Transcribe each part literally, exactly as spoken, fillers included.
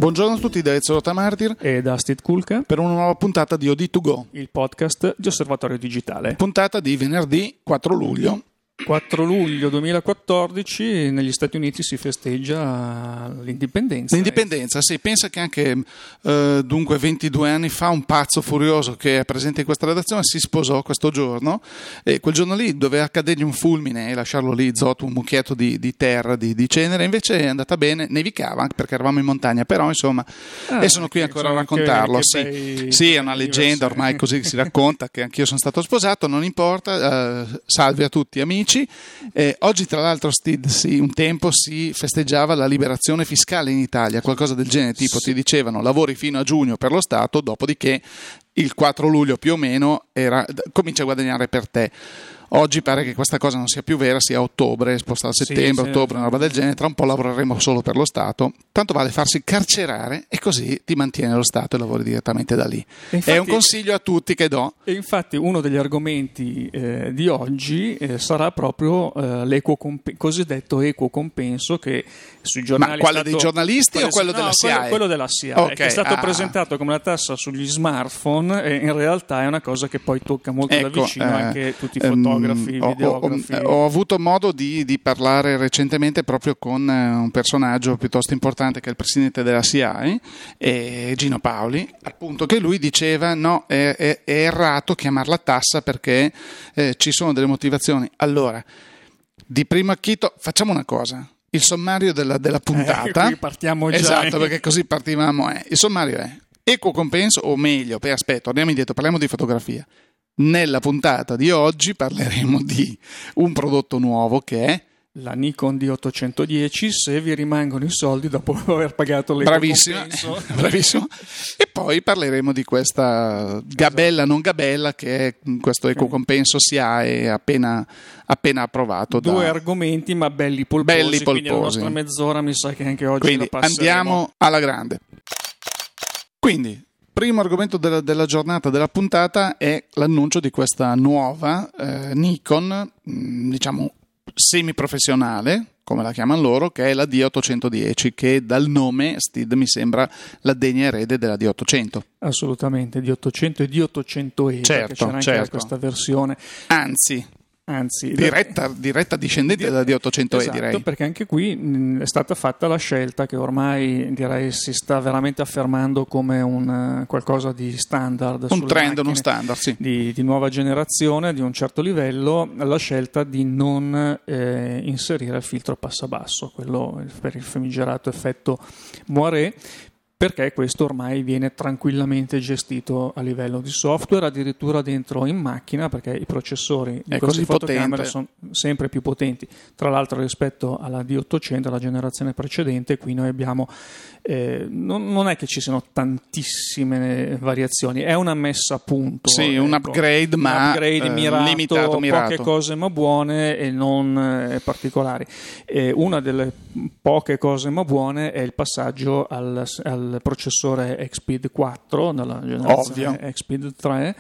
Buongiorno a tutti da Ezio Tamartir e da Steve Kulka per una nuova puntata di O D to Go, il podcast di Osservatorio Digitale. Puntata di venerdì quattro luglio. quattro luglio duemilaquattordici negli Stati Uniti si festeggia l'indipendenza. L'indipendenza, sì, pensa che anche eh, dunque ventidue anni fa un pazzo furioso che è presente in questa redazione si sposò questo giorno e quel giorno lì doveva cadergli un fulmine e lasciarlo lì zotto, un mucchietto di, di terra, di, di cenere, invece è andata bene, nevicava anche perché eravamo in montagna, però insomma ah, e sono qui ancora a raccontarlo. Che, che sì, sì, è una leggenda ormai, così si racconta che anch'io sono stato sposato, non importa, eh, salve a tutti amici. Eh, oggi tra l'altro Steve, sì, un tempo si festeggiava la liberazione fiscale in Italia, qualcosa del genere, tipo ti dicevano lavori fino a giugno per lo Stato, dopodiché il quattro luglio più o meno era, comincia a guadagnare per te. Oggi pare che questa cosa non sia più vera, sia a ottobre, sposta a settembre, sì, ottobre, sì, una roba del genere. Tra un po' lavoreremo solo per lo Stato. Tanto vale farsi carcerare e così ti mantiene lo Stato e lavori direttamente da lì. Infatti, è un consiglio a tutti che do. E infatti uno degli argomenti eh, di oggi eh, sarà proprio eh, l'equo comp- cosiddetto equo compenso che sui giornali. Ma quale è stato, dei giornalisti o quello no, della S I A E? Quello, quello della S I A E, okay, che è stato ah. presentato come una tassa sugli smartphone e in realtà è una cosa che poi tocca molto ecco, da vicino eh, anche tutti i fotografi. Ho, ho, ho avuto modo di, di parlare recentemente proprio con un personaggio piuttosto importante che è il presidente della S I A E, e Gino Paoli, appunto, che lui diceva no, è, è, è errato chiamarla tassa perché eh, ci sono delle motivazioni. Allora, di primo acchito facciamo una cosa. Il sommario della, della puntata, eh, qui partiamo già, esatto, eh. perché così partivamo. Eh. Il sommario è equo compenso, o meglio, per aspetta, torniamo indietro, parliamo di fotografia. Nella puntata di oggi parleremo di un prodotto nuovo che è la Nikon D ottocentodieci, se vi rimangono i soldi dopo aver pagato le bravissimo, bravissimo. E poi parleremo di questa gabella esatto. non gabella che è questo equo compenso S I A E appena, appena approvato. Due da... argomenti ma belli polposi, belli polposi. Quindi la nostra mezz'ora mi sa che anche oggi quindi la passeremo. Andiamo alla grande. Quindi primo argomento della, della giornata, della puntata, è l'annuncio di questa nuova eh, Nikon, mh, diciamo semiprofessionale, come la chiamano loro, che è la D ottocentodieci, che dal nome, Steve, mi sembra la degna erede della D ottocento. Assolutamente, D ottocento e D ottocento E, certo, perché c'era anche certo. questa versione. Anzi... Anzi, diretta, diretta discendente della D ottocento E, esatto, direi. Perché anche qui mh, è stata fatta la scelta che ormai direi si sta veramente affermando come un uh, qualcosa di standard, un trend, uno standard, sì. di, di nuova generazione di un certo livello, la scelta di non eh, inserire il filtro passabasso, quello per il famigerato effetto Moiré, perché questo ormai viene tranquillamente gestito a livello di software, addirittura dentro in macchina, perché i processori di è queste fotocamere potente. sono sempre più potenti. Tra l'altro rispetto alla D ottocento, la generazione precedente, qui noi abbiamo eh, non, non è che ci siano tantissime variazioni, è una messa a punto. Sì, ecco, un upgrade, un ma upgrade eh, mirato, limitato, mirato. Poche cose ma buone e non eh, particolari. Eh, una delle poche cose ma buone è il passaggio al, al processore X P E D quattro dalla generazione Ovvio. X P E D tre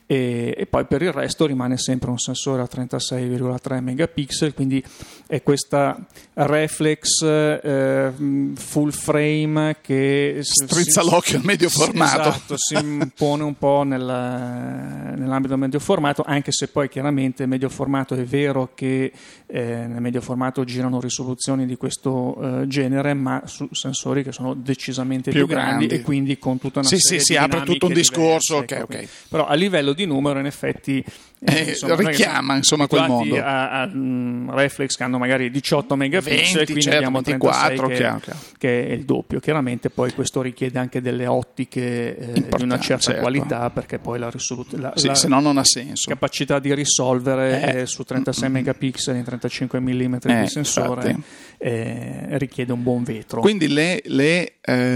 e, e poi per il resto rimane sempre un sensore a trentasei virgola tre megapixel, quindi è questa reflex eh, full frame che strizza si, l'occhio al medio formato. Esatto, si impone un po' nel, nell'ambito del medio formato, anche se poi chiaramente il medio formato è vero che eh, nel medio formato girano risoluzioni di questo eh, genere, ma su sensori che sono decisamente più, più grandi, grandi e quindi con tutta una sì, serie sì, di si apre tutto un discorso, diverse, okay, okay. Però a livello di numero in effetti eh, insomma, richiama insomma quel mondo a, a um, reflex che hanno magari diciotto megapixel, venti, quindi certo, abbiamo ventiquattro, trentasei che, chiaro, chiaro. che è il doppio. Chiaramente poi questo richiede anche delle ottiche eh, di una certa certo. qualità, perché poi la, risoluzione sì, se no non ha senso. Capacità di risolvere eh. eh, su trentasei mm-hmm. megapixel in trentacinque millimetri eh, di sensore eh, richiede un buon vetro. Quindi le, le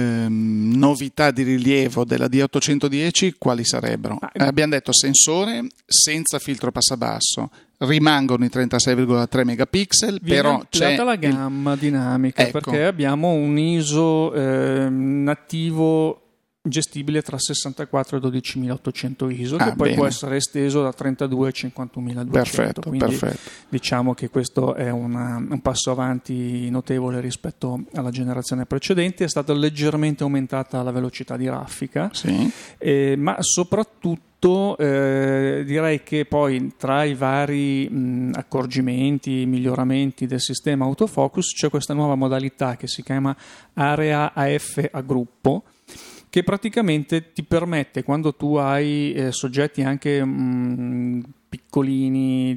ehm, novità di rilievo della D ottocentodieci quali sarebbero? Ah, eh, abbiamo detto sensore senza filtro passabasso, rimangono i trentasei virgola tre megapixel, viene però c'è la gamma il... dinamica, ecco. perché abbiamo un I S O eh, nativo gestibile tra sessantaquattro e dodicimilaottocento I S O, ah, che poi bene. può essere esteso da trentadue a cinquantunomiladuecento. Perfetto, quindi perfetto. diciamo che questo è una, un passo avanti notevole rispetto alla generazione precedente. È stata leggermente aumentata la velocità di raffica, Sì. eh, ma soprattutto eh, direi che poi tra i vari mh, accorgimenti, miglioramenti del sistema autofocus c'è questa nuova modalità che si chiama area A F a gruppo, che praticamente ti permette, quando tu hai eh, soggetti anche mh, piccolini,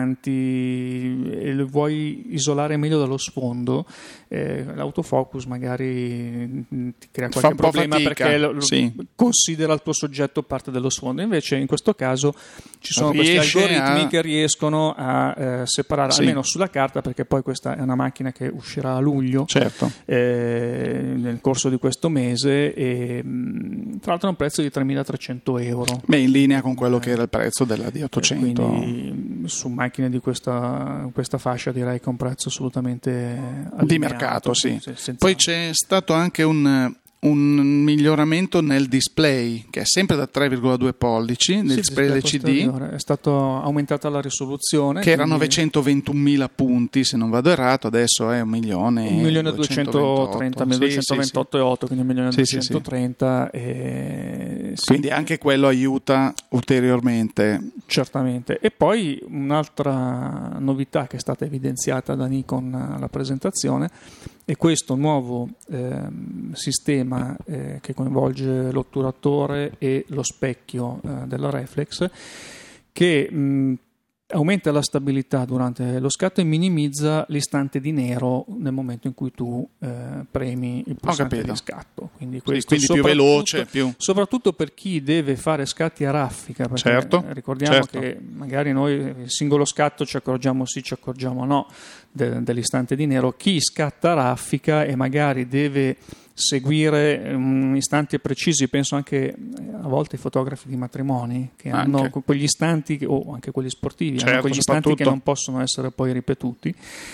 distanti, e li vuoi isolare meglio dallo sfondo, eh, l'autofocus magari ti crea qualche problema fatica, perché lo, sì. considera il tuo soggetto parte dello sfondo. Invece in questo caso ci sono Riesce questi algoritmi a... che riescono a eh, separare, sì. almeno sulla carta, perché poi questa è una macchina che uscirà a luglio, certo. eh, nel corso di questo mese, e mh, tra l'altro a un prezzo di tremilatrecento euro. Beh, in linea con quello che era il prezzo della D ottocento. Quindi su macchine di questa, questa fascia direi che è un prezzo assolutamente allineato, di mercato, sì. senza... Poi c'è stato anche un, un miglioramento nel display, che è sempre da tre virgola due pollici, nel sì, display L C D. È stata aumentata la risoluzione, che era quindi... novecentoventunomila punti, se non vado errato, adesso è un milione un milione duecentotrenta, duecentoventotto e otto, quindi un milione duecentotrenta. E... Sì. Quindi anche quello aiuta ulteriormente. Certamente. E poi un'altra novità che è stata evidenziata da Nikon alla presentazione è questo nuovo eh, sistema eh, che coinvolge l'otturatore e lo specchio eh, della reflex, che mh, aumenta la stabilità durante lo scatto e minimizza l'istante di nero nel momento in cui tu eh, premi il pulsante di scatto. Quindi, questo sì, quindi più veloce. Più... Soprattutto per chi deve fare scatti a raffica, perché certo, ricordiamo certo. che magari noi il singolo scatto ci accorgiamo sì, ci accorgiamo no de- dell'istante di nero. Chi scatta a raffica e magari deve seguire um, istanti precisi, penso anche a volte ai fotografi di matrimoni che anche. hanno quegli istanti che, o anche quelli sportivi, certo, hanno quegli istanti che non possono essere poi ripetuti,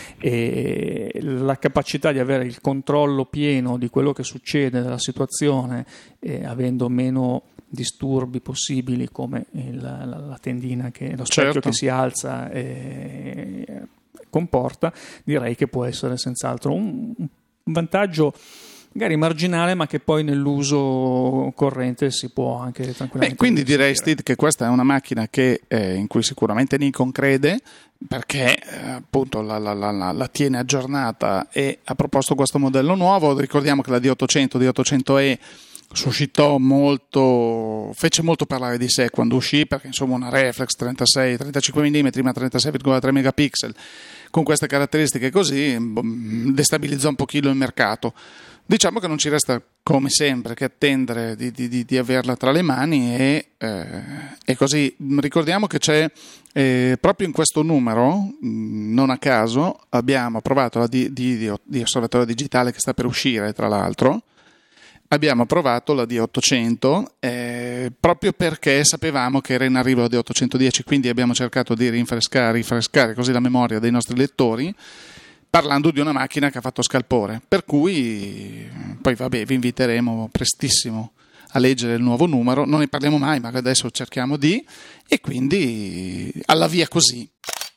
e la capacità di avere il controllo pieno di quello che succede nella situazione, eh, avendo meno disturbi possibili come il, la, la tendina, che lo specchio certo. che si alza e comporta, direi che può essere senz'altro un, un vantaggio magari marginale, ma che poi nell'uso corrente si può anche tranquillamente. Beh, quindi direi, Steve, che questa è una macchina che, eh, in cui sicuramente Nikon crede, perché eh, appunto la, la, la, la tiene aggiornata e ha proposto questo modello nuovo. Ricordiamo che la D ottocento, D ottocento E suscitò molto, fece molto parlare di sé quando uscì, perché insomma una reflex trentasei trentacinque millimetri ma trentasei virgola tre megapixel con queste caratteristiche così destabilizzò un pochino il mercato. Diciamo che non ci resta, come sempre, che attendere di, di, di averla tra le mani e, eh, e così. Ricordiamo che c'è eh, proprio in questo numero, non a caso, abbiamo provato la D, di, di osservatorio digitale che sta per uscire, tra l'altro. Abbiamo provato la D ottocento eh, proprio perché sapevamo che era in arrivo la D ottocentodieci, quindi abbiamo cercato di rinfrescare, rinfrescare così la memoria dei nostri lettori, parlando di una macchina che ha fatto scalpore, per cui poi vabbè, vi inviteremo prestissimo a leggere il nuovo numero, non ne parliamo mai, ma adesso cerchiamo di, e quindi alla via così.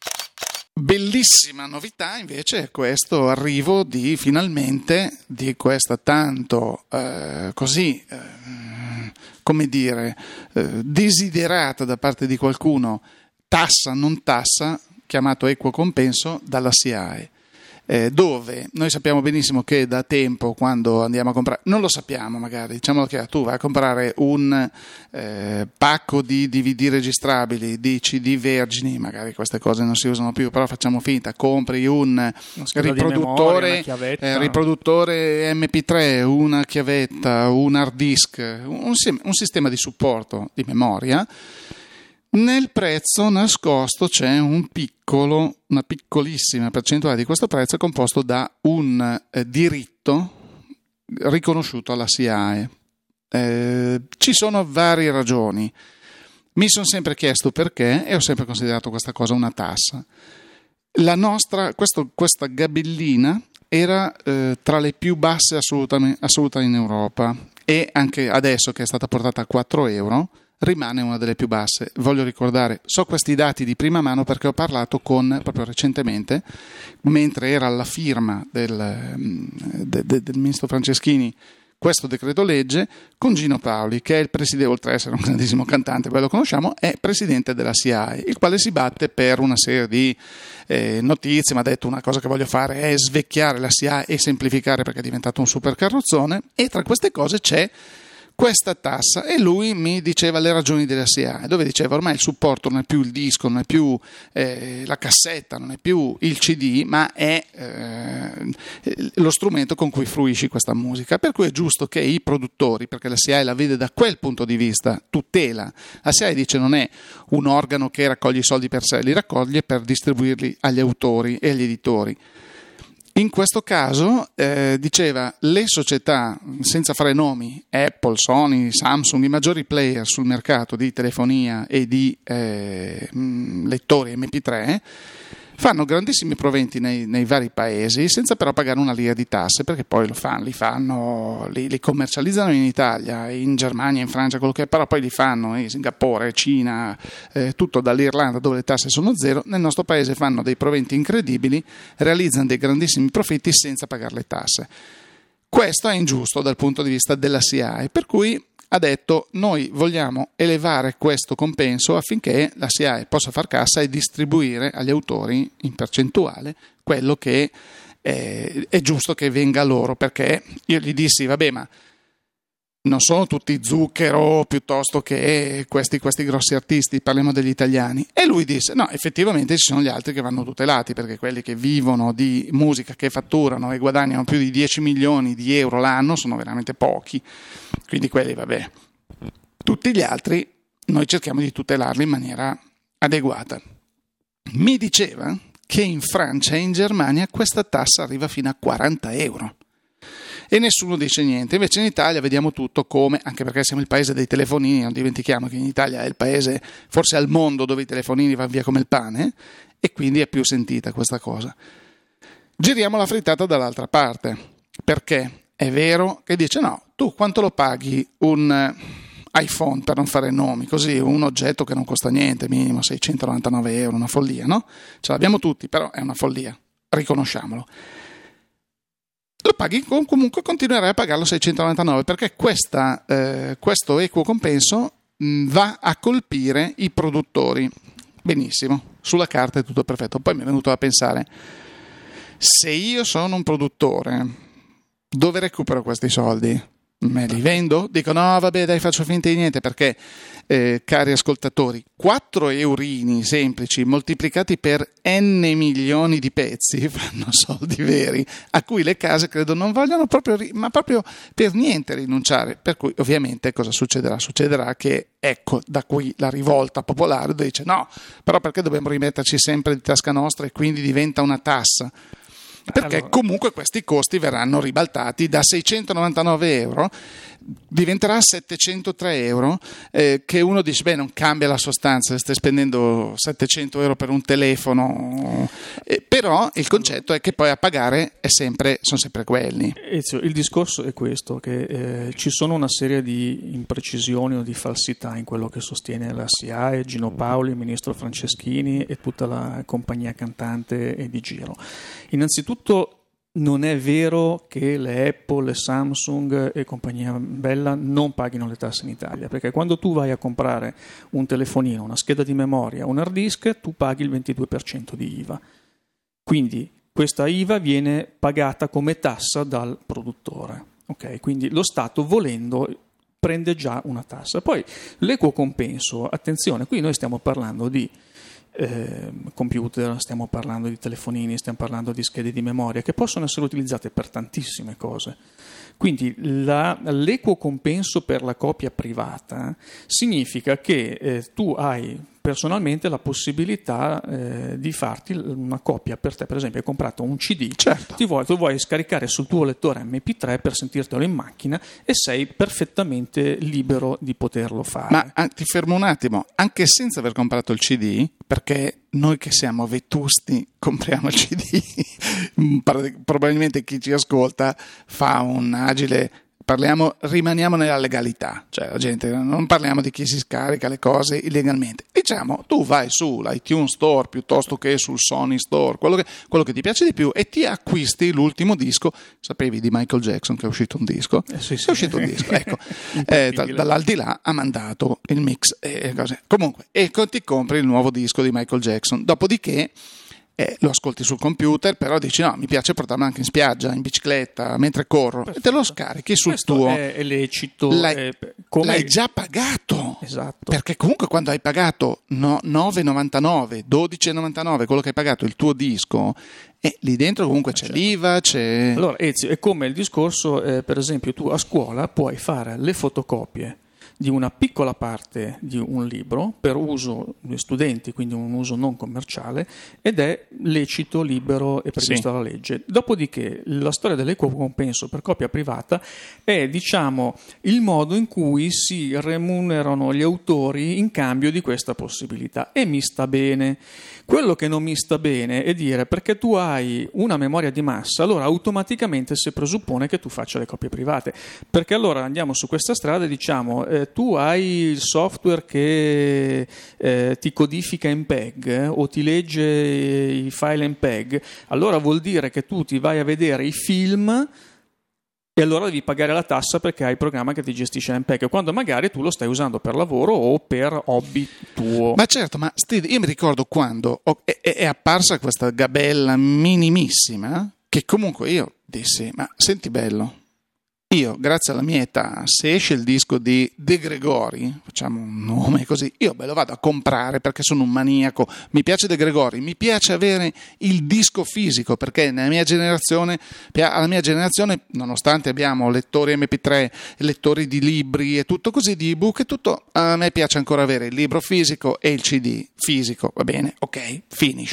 Bellissima novità invece è questo arrivo di finalmente di questa tanto eh, così eh, come dire eh, desiderata da parte di qualcuno tassa non tassa, chiamato equo compenso dalla S I A E. Eh, dove noi sappiamo benissimo che da tempo, quando andiamo a comprare, non lo sappiamo magari, diciamo che tu vai a comprare un eh, pacco di D V D registrabili, di C D vergini, magari queste cose non si usano più, però facciamo finta, compri un riproduttore, memoria, eh, riproduttore M P tre, una chiavetta, un hard disk, un, un sistema di supporto di memoria. Nel prezzo nascosto c'è un piccolo, una piccolissima percentuale di questo prezzo composto da un eh, diritto riconosciuto alla S I A E. Eh, ci sono varie ragioni. Mi sono sempre chiesto perché e ho sempre considerato questa cosa una tassa. La nostra, questo, questa gabellina era eh, tra le più basse assolutamente, assoluta in Europa. e anche adesso che è stata portata a quattro euro rimane una delle più basse. Voglio ricordare, so questi dati di prima mano perché ho parlato con, proprio recentemente, mentre era alla firma del, de, de, del ministro Franceschini questo decreto legge, con Gino Paoli, che è il presidente, oltre ad essere un grandissimo cantante, poi lo conosciamo, è presidente della S I A E, il quale si batte per una serie di eh, notizie. Mi ha detto: una cosa che voglio fare è svecchiare la S I A E e semplificare, perché è diventato un super carrozzone, e tra queste cose c'è questa tassa. E lui mi diceva le ragioni della S I A E, dove diceva: ormai il supporto non è più il disco, non è più eh, la cassetta, non è più il C D, ma è eh, lo strumento con cui fruisci questa musica, per cui è giusto che i produttori, perché la S I A E la vede da quel punto di vista, tutela. La S I A E dice: non è un organo che raccoglie i soldi per sé, li raccoglie per distribuirli agli autori e agli editori. In questo caso, eh, diceva, le società, senza fare nomi, Apple, Sony, Samsung, i maggiori player sul mercato di telefonia e di eh, lettori M P tre, fanno grandissimi proventi nei, nei vari paesi senza però pagare una lira di tasse, perché poi lo fanno, li fanno, li, li commercializzano in Italia, in Germania, in Francia, quello che è, però poi li fanno in Singapore, Cina, eh, tutto dall'Irlanda dove le tasse sono zero. Nel nostro paese fanno dei proventi incredibili, realizzano dei grandissimi profitti senza pagare le tasse. Questo è ingiusto dal punto di vista della S I A E, per cui ha detto: noi vogliamo elevare questo compenso affinché la S I A E possa far cassa e distribuire agli autori in percentuale quello che è, è giusto che venga loro, perché io gli dissi: vabbè, ma non sono tutti Zucchero piuttosto che questi, questi grossi artisti, parliamo degli italiani. E lui disse: no, effettivamente ci sono gli altri che vanno tutelati, perché quelli che vivono di musica, che fatturano e guadagnano più di dieci milioni di euro l'anno, sono veramente pochi, quindi quelli, vabbè. Tutti gli altri noi cerchiamo di tutelarli in maniera adeguata. Mi diceva che in Francia e in Germania questa tassa arriva fino a quaranta euro. E nessuno dice niente. Invece in Italia vediamo tutto come, anche perché siamo il paese dei telefonini, non dimentichiamo che in Italia è il paese forse al mondo dove i telefonini vanno via come il pane, e quindi è più sentita questa cosa. Giriamo la frittata dall'altra parte, perché è vero che dice: no, tu quanto lo paghi un iPhone, per non fare nomi, così, un oggetto che non costa niente, minimo seicentonovantanove euro, una follia, no? Ce l'abbiamo tutti, però è una follia, riconosciamolo. Lo paghi, comunque continuerai a pagarlo seicentonovantanove, perché questa, eh, questo equo compenso mh, va a colpire i produttori. Benissimo, sulla carta è tutto perfetto. Poi mi è venuto da pensare: se io sono un produttore, dove recupero questi soldi? Me li vendo? Dico: no, vabbè, dai, faccio finta di niente, perché eh, cari ascoltatori, quattro eurini semplici moltiplicati per n milioni di pezzi fanno soldi veri, a cui le case credo non vogliono proprio, ma proprio per niente rinunciare. Per cui ovviamente cosa succederà? Succederà che, ecco, da qui la rivolta popolare, dove dice: no, però perché dobbiamo rimetterci sempre di tasca nostra, e quindi diventa una tassa? Perché allora, comunque questi costi verranno ribaltati da seicentonovantanove euro, diventerà settecentotre euro, eh, che uno dice: beh, non cambia la sostanza, stai spendendo settecento euro per un telefono, eh, però il concetto è che poi a pagare è sempre, sono sempre quelli. Ezio, il discorso è questo, che eh, ci sono una serie di imprecisioni o di falsità in quello che sostiene la S I A E, Gino Paoli, il ministro Franceschini e tutta la compagnia cantante e di giro. Innanzitutto, non è vero che le Apple, le Samsung e compagnia bella non paghino le tasse in Italia, perché quando tu vai a comprare un telefonino, una scheda di memoria, un hard disk, tu paghi il ventidue per cento di I V A. Quindi questa I V A viene pagata come tassa dal produttore. Okay? Quindi lo Stato, volendo, prende già una tassa. Poi l'equo compenso, attenzione, qui noi stiamo parlando di Eh, computer, stiamo parlando di telefonini, stiamo parlando di schede di memoria che possono essere utilizzate per tantissime cose. Quindi la, l'equo compenso per la copia privata significa che eh, tu hai personalmente la possibilità eh, di farti una copia per te. Per esempio, hai comprato un C D, certo. ti vuoi, tu vuoi scaricare sul tuo lettore M P tre per sentirtelo in macchina, e sei perfettamente libero di poterlo fare. Ma ah, ti fermo un attimo, anche senza aver comprato il C D, perché noi che siamo vetusti compriamo il C D, probabilmente chi ci ascolta fa un agile parliamo, rimaniamo nella legalità, cioè la gente, non parliamo di chi si scarica le cose illegalmente. Diciamo, tu vai sull'iTunes Store piuttosto che sul Sony Store, quello che, quello che ti piace di più, e ti acquisti l'ultimo disco. Sapevi di Michael Jackson che è uscito un disco? Eh sì, sì. È uscito un disco, ecco. eh, da, dall'aldilà ha mandato il mix e cose. Comunque, e ti compri il nuovo disco di Michael Jackson. Dopodiché Eh, lo ascolti sul computer, però dici no, mi piace portarlo anche in spiaggia, in bicicletta, mentre corro. Perfetto. E te lo scarichi sul Questo tuo. È, è lecito. L'hai, è, come... l'hai già pagato. Esatto. Perché comunque quando hai pagato no, nove e novantanove, dodici e novantanove, quello che hai pagato il tuo disco, e lì dentro comunque c'è certo. l'I V A, c'è... Allora, Ezio, è come il discorso, eh, per esempio, tu a scuola puoi fare le fotocopie di una piccola parte di un libro per uso degli studenti, quindi un uso non commerciale, ed è lecito, libero e previsto dalla legge. Dopodiché la storia dell'equo compenso per copia privata è, diciamo, il modo in cui si remunerano gli autori in cambio di questa possibilità, e mi sta bene. Quello che non mi sta bene è dire, perché tu hai una memoria di massa, allora automaticamente si presuppone che tu faccia le copie private, perché allora andiamo su questa strada e diciamo eh, tu hai il software che eh, ti codifica in P E G eh, o ti legge i file in P E G, allora vuol dire che tu ti vai a vedere i film e allora devi pagare la tassa perché hai il programma che ti gestisce l'M P E G, quando magari tu lo stai usando per lavoro o per hobby tuo. Ma certo, ma Steve, io mi ricordo quando ho, è, è apparsa questa gabella minimissima, che comunque io dissi, ma senti bello, io grazie alla mia età, se esce il disco di De Gregori, facciamo un nome così, io me lo vado a comprare perché sono un maniaco, mi piace De Gregori, mi piace avere il disco fisico, perché nella mia generazione, alla mia generazione, nonostante abbiamo lettori M P tre, lettori di libri e tutto così, di ebook e tutto, a me piace ancora avere il libro fisico e il C D fisico, va bene, ok, finish.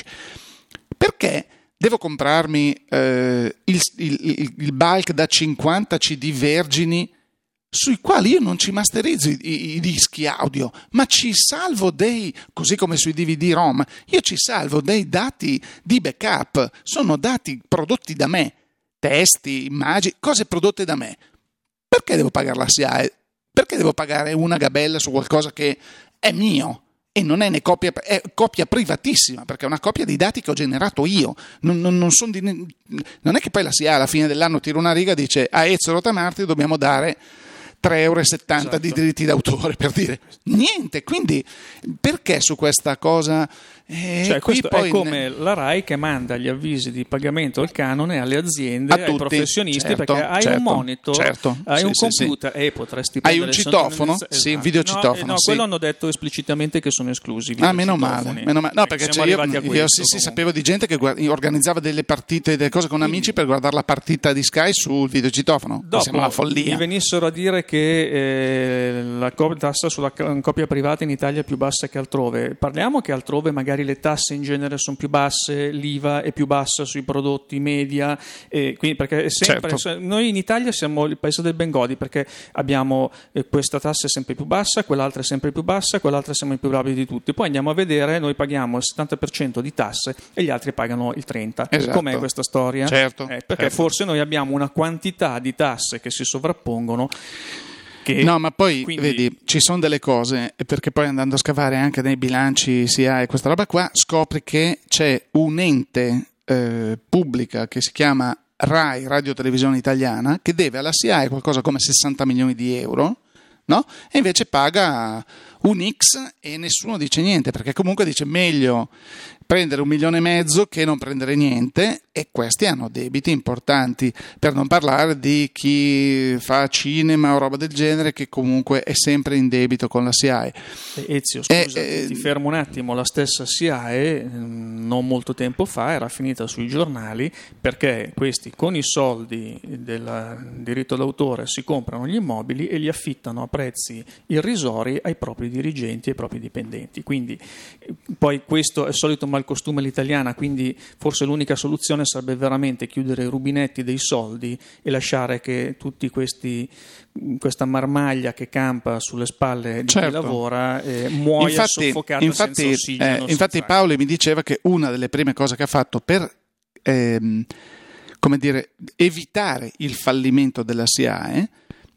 Perché devo comprarmi eh, il, il, il bulk da cinquanta C D vergini sui quali io non ci masterizzo i, i, i dischi audio, ma ci salvo dei, così come sui D V D ROM, io ci salvo dei dati di backup, sono dati prodotti da me, testi, immagini, cose prodotte da me. Perché devo pagare la S I A E? Perché devo pagare una gabella su qualcosa che è mio? E non è né copia, è copia privatissima, perché è una copia dei dati che ho generato io. Non, non, non, son di, non è che poi la S I A alla fine dell'anno tira una riga e dice a Ezio Rotamarti dobbiamo dare tre euro e settanta esatto. di diritti d'autore, per dire niente. Quindi perché su questa cosa eh, cioè qui questo poi è come la RAI che manda gli avvisi di pagamento al canone alle aziende, a ai tutti, professionisti, certo, perché hai certo, un monitor, certo, hai sì, un sì, computer sì. e potresti hai un citofono, esatto. sì, un videocitofono. No, no sì. quello hanno detto esplicitamente che sono esclusivi. Ah, meno male, meno male. No, perché cioè, io, io sì, sì, sapevo di gente che guarda, organizzava delle partite, delle cose con Quindi, amici per guardare la partita di Sky sul videocitofono. Dopo, sembra una follia. Mi venissero a dire che eh, la tassa sulla copia privata in Italia è più bassa che altrove. Parliamo che altrove magari le tasse in genere sono più basse, l'I V A è più bassa sui prodotti media, e quindi perché è sempre, certo. Noi in Italia siamo il paese del Bengodi, perché abbiamo eh, questa tassa è sempre più bassa, quell'altra è sempre più bassa, quell'altra siamo i più bravi di tutti. Poi andiamo a vedere, noi paghiamo il settanta per cento di tasse e gli altri pagano il trenta per cento. Esatto. Com'è questa storia? Certo, eh, perché certo. forse noi abbiamo una quantità di tasse che si sovrappongono. Che, no, ma poi quindi... vedi, ci sono delle cose, perché poi andando a scavare anche nei bilanci S I A E questa roba qua, scopri che c'è un ente eh, pubblica che si chiama RAI, Radio Televisione Italiana, che deve alla S I A E qualcosa come sessanta milioni di euro, no? E invece paga un X e nessuno dice niente, perché comunque dice meglio prendere un milione e mezzo che non prendere niente, e questi hanno debiti importanti, per non parlare di chi fa cinema o roba del genere che comunque è sempre in debito con la S I A E. Ezio, scusa, eh, ti fermo un attimo, la stessa S I A E non molto tempo fa era finita sui giornali perché questi con i soldi del diritto d'autore si comprano gli immobili e li affittano a prezzi irrisori ai propri dirigenti e ai propri dipendenti, quindi poi questo è il solito malcostume all'italiana, quindi forse l'unica soluzione sarebbe veramente chiudere i rubinetti dei soldi e lasciare che tutti questi questa marmaglia che campa sulle spalle di certo. chi lavora eh, muoia infatti, soffocata infatti, senza ossigeno. Eh, infatti Paolo mi diceva che una delle prime cose che ha fatto per ehm, come dire, evitare il fallimento della S I A E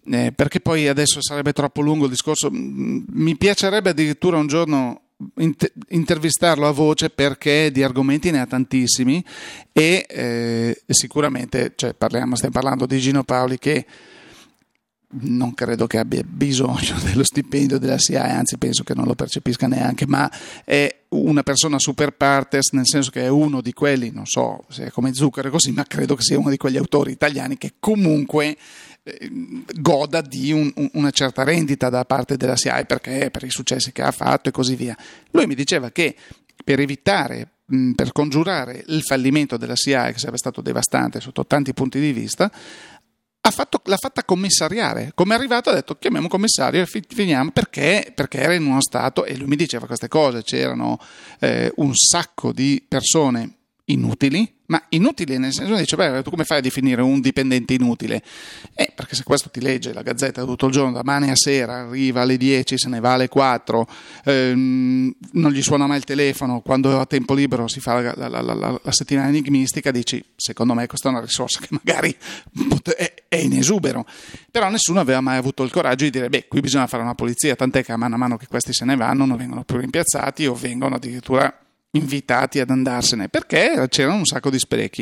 eh, perché poi adesso sarebbe troppo lungo il discorso. Mi piacerebbe addirittura un giorno Inter- intervistarlo a voce, perché di argomenti ne ha tantissimi e eh, sicuramente, cioè, parliamo, stiamo parlando di Gino Paoli, che non credo che abbia bisogno dello stipendio della C I A, anzi penso che non lo percepisca neanche, ma è una persona super partes, nel senso che è uno di quelli, non so se è come Zucchero così, ma credo che sia uno di quegli autori italiani che comunque goda di un, una certa rendita da parte della C I A, perché per i successi che ha fatto e così via. Lui mi diceva che per evitare, per congiurare il fallimento della C I A, che sarebbe stato devastante sotto tanti punti di vista, ha fatto, l'ha fatta commissariare. Come è arrivato ha detto chiamiamo un commissario e fi, finiamo, perché, perché era in uno stato, e lui mi diceva queste cose, c'erano eh, un sacco di persone inutili, ma inutili nel senso, dice, beh, tu come fai a definire un dipendente inutile? Eh, perché se questo ti legge la Gazzetta tutto il giorno, da mane a sera, arriva alle dieci, se ne va alle quattro, ehm, non gli suona mai il telefono, quando ha tempo libero si fa la, la, la, la, la settimana enigmistica, dici, secondo me questa è una risorsa che magari è, è in esubero. Però nessuno aveva mai avuto il coraggio di dire, beh, qui bisogna fare una polizia, tant'è che a mano a mano che questi se ne vanno non vengono più rimpiazzati o vengono addirittura invitati ad andarsene, perché c'erano un sacco di sprechi.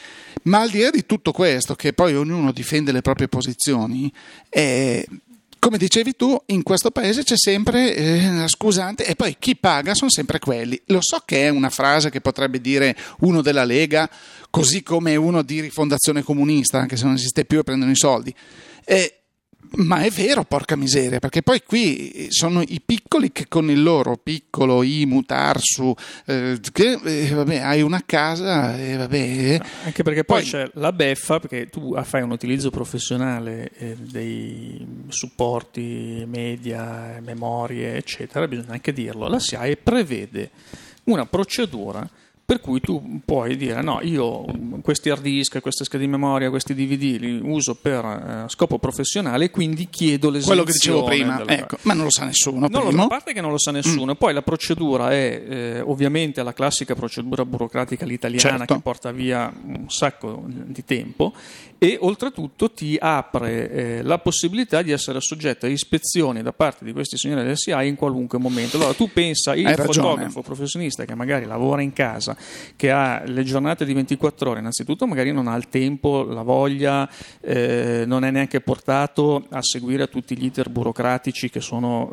Ma al di là di tutto questo, che poi ognuno difende le proprie posizioni, eh, come dicevi tu, in questo paese c'è sempre eh, la scusante, e poi chi paga sono sempre quelli. Lo so che è una frase che potrebbe dire uno della Lega, così come uno di Rifondazione Comunista, anche se non esiste più e prendono i soldi. Eh, Ma è vero, porca miseria, perché poi qui sono i piccoli che con il loro piccolo I M U, Tarsu, eh, che eh, vabbè, hai una casa e eh, vabbè. No, anche perché poi, poi c'è la beffa, perché tu fai un utilizzo professionale eh, dei supporti, media, memorie, eccetera, bisogna anche dirlo, la S I A E prevede una procedura per cui tu puoi dire no, io questi hard disk, queste schede di memoria, questi D V D li uso per eh, scopo professionale e quindi chiedo l'esenzione. Quello che dicevo prima, della... ecco, ma non lo sa nessuno. Non lo, a parte che non lo sa nessuno, mm. Poi la procedura è eh, ovviamente la classica procedura burocratica all'italiana, certo, che porta via un sacco di tempo e oltretutto ti apre eh, la possibilità di essere soggetto a ispezioni da parte di questi signori della S I A in qualunque momento. Allora tu pensa, il fotografo professionista che magari lavora in casa, che ha le giornate di ventiquattro ore, innanzitutto magari non ha il tempo, la voglia, eh, non è neanche portato a seguire tutti gli iter burocratici che sono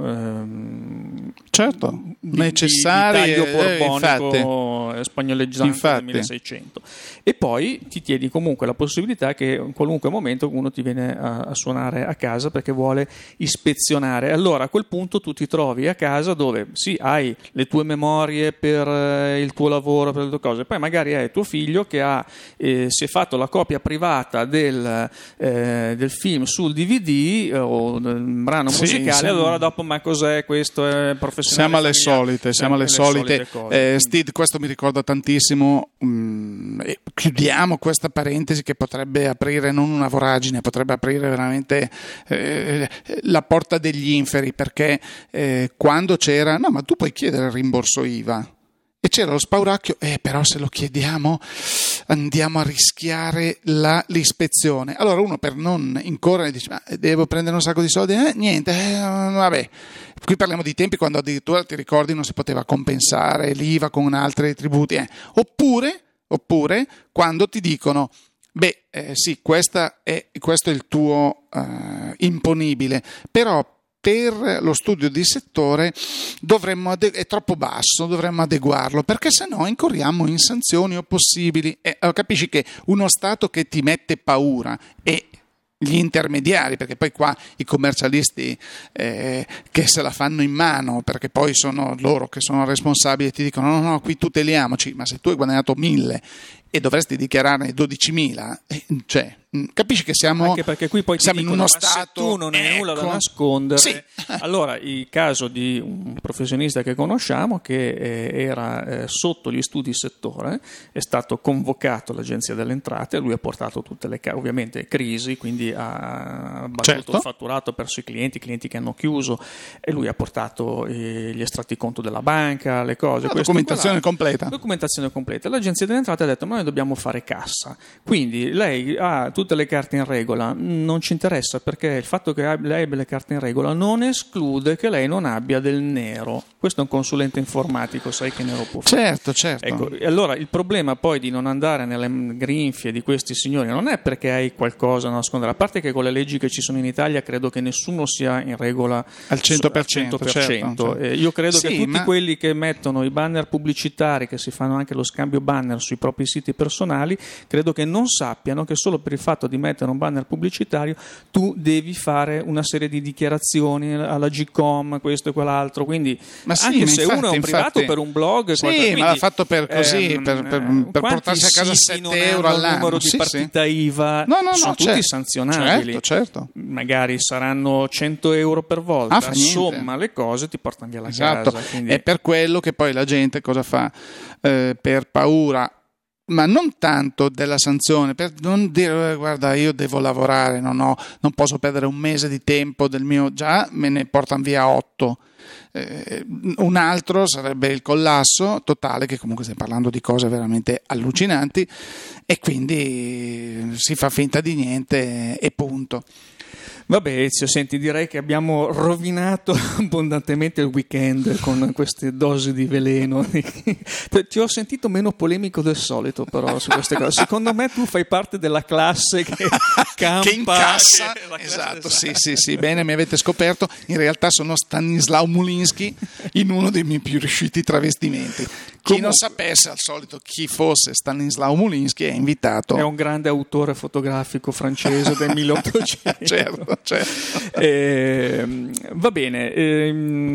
ehm, certo di, necessari, di, di taglio borbonico eh, spagnoleggiante infatti. del milleseicento. E poi ti chiedi comunque la possibilità che in qualunque momento uno ti viene a, a suonare a casa perché vuole ispezionare. Allora a quel punto tu ti trovi a casa dove sì, hai le tue memorie per eh, il tuo lavoro, per le tue cose, poi magari hai tuo figlio che ha, eh, si è fatto la copia privata del, eh, del film sul D V D eh, o del brano sì, musicale, siamo... allora dopo ma cos'è questo? È professionale? Siamo alle solite, siamo alle solite. solite eh, Steve, questo mi ricorda tantissimo. Mm, e chiudiamo questa parentesi che potrebbe aprire non una voragine, potrebbe aprire veramente eh, la porta degli inferi, perché eh, quando c'era no ma tu puoi chiedere il rimborso I V A e c'era lo spauracchio, eh però se lo chiediamo andiamo a rischiare la, l'ispezione. Allora uno, per non incorrere, dice ma devo prendere un sacco di soldi, eh, niente, eh, vabbè. Qui parliamo di tempi quando addirittura, ti ricordi, non si poteva compensare l'I V A con altri tributi, eh. oppure, oppure quando ti dicono beh eh, sì, questa è, questo è il tuo eh, imponibile, però per lo studio di settore dovremmo ade- è troppo basso, dovremmo adeguarlo, perché sennò incorriamo in sanzioni o possibili. E, allora, capisci che uno Stato che ti mette paura e gli intermediari, perché poi qua i commercialisti eh, che se la fanno in mano, perché poi sono loro che sono responsabili e ti dicono no no qui tuteliamoci, ma se tu hai guadagnato mille e dovresti dichiararne dodicimila, eh, cioè capisci che siamo, anche perché qui poi siamo dicono, in uno ma stato, se tu non hai ecco, nulla da nascondere, sì. Allora il caso di un professionista che conosciamo che eh, era eh, sotto gli studi settore, è stato convocato all'Agenzia delle Entrate, lui ha portato tutte le ca- ovviamente crisi, quindi ha battuto certo. il fatturato, ha perso i clienti, clienti che hanno chiuso, e lui ha portato eh, gli estratti conto della banca, le cose, la documentazione completa documentazione completa. L'Agenzia delle Entrate ha detto ma noi dobbiamo fare cassa. Quindi lei ha tutte le carte in regola, non ci interessa, perché il fatto che lei abbia le carte in regola non esclude che lei non abbia del nero. Questo è un consulente informatico, sai che nero può fare. Certo, certo. Ecco, e allora il problema poi di non andare nelle grinfie di questi signori non è perché hai qualcosa da nascondere, a parte che con le leggi che ci sono in Italia credo che nessuno sia in regola al cento per cento. Al cento per cento. Certo, certo. Eh, io credo sì, che tutti ma... quelli che mettono i banner pubblicitari, che si fanno anche lo scambio banner sui propri siti personali, credo che non sappiano che solo per il fatto di mettere un banner pubblicitario tu devi fare una serie di dichiarazioni alla G-Com, questo e quell'altro, quindi ma sì, anche se infatti, uno è un privato infatti, per un blog, sì, qualcosa, quindi, ma l'ha fatto per così, ehm, per, per, per portarsi a casa sette euro all'anno. Il numero di sì, partita sì. I V A no, no, no, sono certo, tutti sanzionabili. Certo, certo. Magari saranno cento euro per volta, ah, somma le cose ti portano via la esatto. casa. Quindi... È per quello che poi la gente cosa fa? Eh, per paura, ma non tanto della sanzione, per non dire eh, guarda io devo lavorare, non, ho, non posso perdere un mese di tempo del mio, già me ne portano via otto. Eh, un altro sarebbe il collasso totale, che comunque stiamo parlando di cose veramente allucinanti, e quindi si fa finta di niente e punto. Vabbè Ezio, senti, direi che abbiamo rovinato abbondantemente il weekend con queste dosi di veleno. Ti ho sentito meno polemico del solito però su queste cose. Secondo me tu fai parte della classe che campa, che incassa. Che classe esatto, sì, sì, sì, bene, mi avete scoperto. In realtà sono Stanislao Mulinski in uno dei miei più riusciti travestimenti. Chi Comunque, non sapesse al solito chi fosse Stanislao Mulinski è invitato. È un grande autore fotografico francese del milleottocento. certo. Certo. Eh, va bene, eh,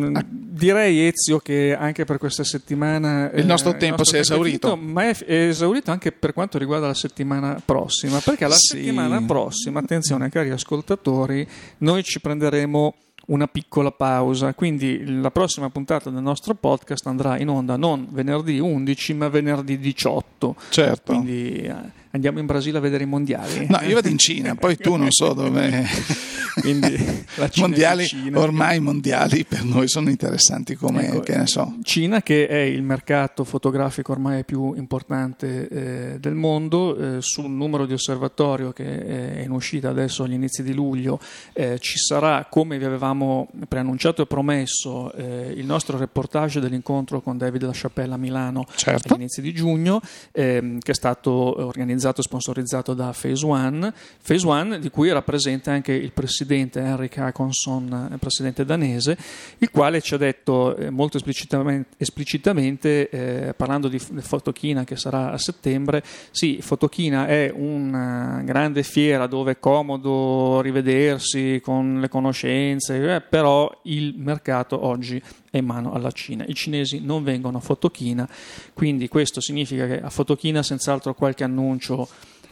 direi Ezio che anche per questa settimana il nostro eh, tempo il nostro si è tempo esaurito, è finito, ma è, è esaurito anche per quanto riguarda la settimana prossima, perché la sì. settimana prossima, attenzione cari ascoltatori, noi ci prenderemo una piccola pausa, quindi la prossima puntata del nostro podcast andrà in onda non venerdì undici ma venerdì diciotto. Certo. Quindi eh, andiamo in Brasile a vedere i mondiali. No, io vado in Cina, poi tu non so dove. Quindi la Cina mondiali, Cina. Ormai i mondiali per noi sono interessanti come, ecco, che ne so. Cina, che è il mercato fotografico ormai più importante eh, del mondo, eh, sul numero di osservatorio che è in uscita adesso agli inizi di luglio eh, ci sarà, come vi avevamo preannunciato e promesso, eh, il nostro reportage dell'incontro con David LaChapelle a Milano, certo, agli inizi di giugno, eh, che è stato organizzato e sponsorizzato da Phase One, Phase One di cui era presente anche il presidente Henrik Hakonsson, presidente danese, il quale ci ha detto eh, molto esplicitamente, esplicitamente eh, parlando di Photokina che sarà a settembre, sì, Photokina è una grande fiera dove è comodo rivedersi con le conoscenze, eh, però il mercato oggi è in mano alla Cina. I cinesi non vengono a Photokina, quindi questo significa che a Photokina senz'altro qualche annuncio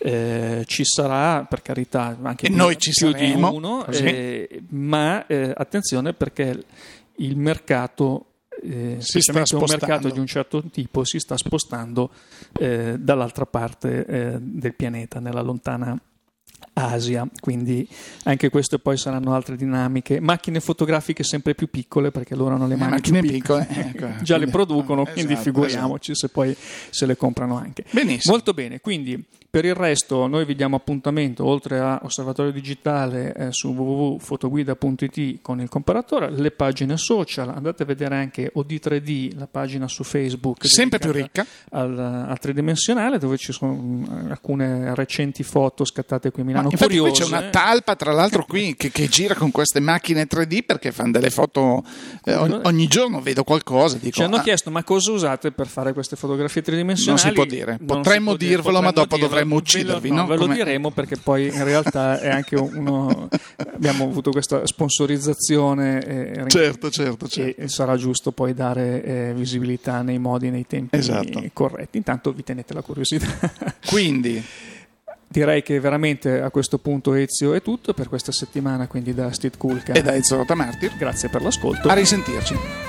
Eh, ci sarà, per carità, anche e più, noi ci più saremo, di uno, eh, ma eh, attenzione perché il mercato, eh, specialmente un mercato di un certo tipo, si sta spostando eh, dall'altra parte eh, del pianeta, nella lontana Asia, quindi anche queste poi saranno altre dinamiche. Macchine fotografiche sempre più piccole, perché loro hanno le mani macchine più piccole, piccole ecco. già le producono, esatto, quindi figuriamoci esatto. se poi se le comprano anche. Benissimo. Molto bene, quindi per il resto noi vi diamo appuntamento, oltre a Osservatorio Digitale, eh, su w w w punto fotoguida punto i t con il comparatore, le pagine social, andate a vedere anche O D tre D, la pagina su Facebook, sempre più ricca, al, al tridimensionale, dove ci sono um, alcune recenti foto scattate qui a Milano. Ma infatti curiose. Qui c'è una talpa, tra l'altro, qui che, che gira con queste macchine tre D perché fanno delle foto eh, ogni, ogni giorno vedo qualcosa. Dico, ci hanno ah, chiesto ma cosa usate per fare queste fotografie tridimensionali? Non si può dire, potremmo dire, dirvelo, potremmo ma dopo dirlo. dovremmo uccidervi. Ve lo, no, no? ve lo Come... diremo perché poi in realtà è anche uno. Abbiamo avuto questa sponsorizzazione eh, certo, certo, certo. e sarà giusto poi dare eh, visibilità nei modi e nei tempi esatto. corretti. Intanto vi tenete la curiosità. Quindi. Direi che veramente a questo punto Ezio è tutto per questa settimana, quindi da Steve Kulka e da Ezio Rotamartir. Grazie per l'ascolto. A risentirci.